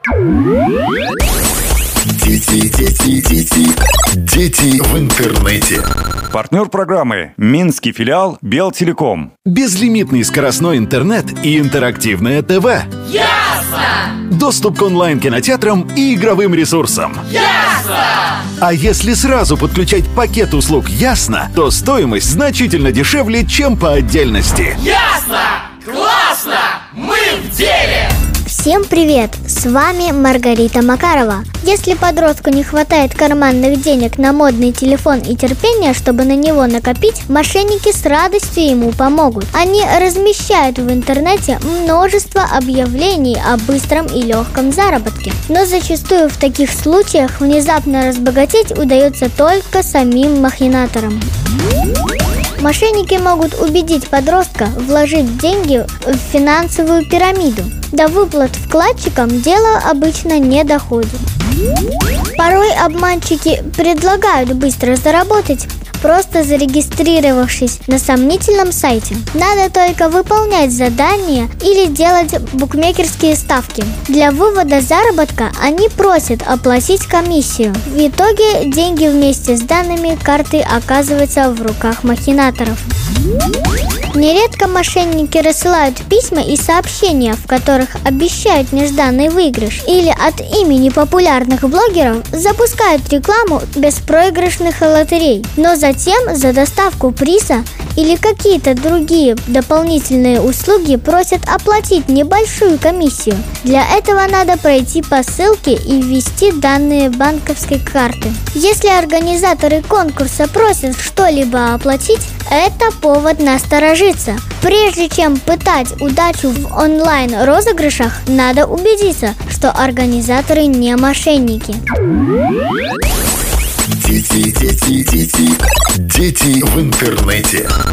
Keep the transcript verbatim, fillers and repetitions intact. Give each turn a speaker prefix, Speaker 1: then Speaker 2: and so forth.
Speaker 1: Дети, дети, дети, дети в интернете.
Speaker 2: Партнер программы — Минский филиал Белтелеком.
Speaker 1: Безлимитный скоростной интернет и интерактивное ТВ.
Speaker 3: Ясно!
Speaker 1: Доступ к онлайн-кинотеатрам и игровым ресурсам.
Speaker 3: Ясно!
Speaker 1: А если сразу подключать пакет услуг «Ясно», то стоимость значительно дешевле, чем по отдельности.
Speaker 3: Ясно! Классно! Мы в деле!
Speaker 4: Всем привет! С вами Маргарита Макарова. Если подростку не хватает карманных денег на модный телефон и терпения, чтобы на него накопить, мошенники с радостью ему помогут. Они размещают в интернете множество объявлений о быстром и легком заработке. Но зачастую в таких случаях внезапно разбогатеть удается только самим махинаторам. Мошенники могут убедить подростка вложить деньги в финансовую пирамиду. До выплат вкладчикам дело обычно не доходит. Порой обманщики предлагают быстро заработать, просто зарегистрировавшись на сомнительном сайте. Надо только выполнять задания или делать букмекерские ставки. Для вывода заработка они просят оплатить комиссию. В итоге деньги вместе с данными карты оказываются в руках махинаторов. Нередко мошенники рассылают письма и сообщения, в которых обещают нежданный выигрыш, или от имени популярных блогеров запускают рекламу беспроигрышных лотерей. Но затем за доставку приза или какие-то другие дополнительные услуги просят оплатить небольшую комиссию. Для этого надо пройти по ссылке и ввести данные банковской карты. Если организаторы конкурса просят что-либо оплатить, это повод насторожиться. Прежде чем пытать удачу в онлайн-розыгрышах, надо убедиться, что организаторы не мошенники.
Speaker 1: Дети, дети, дети, дети в интернете.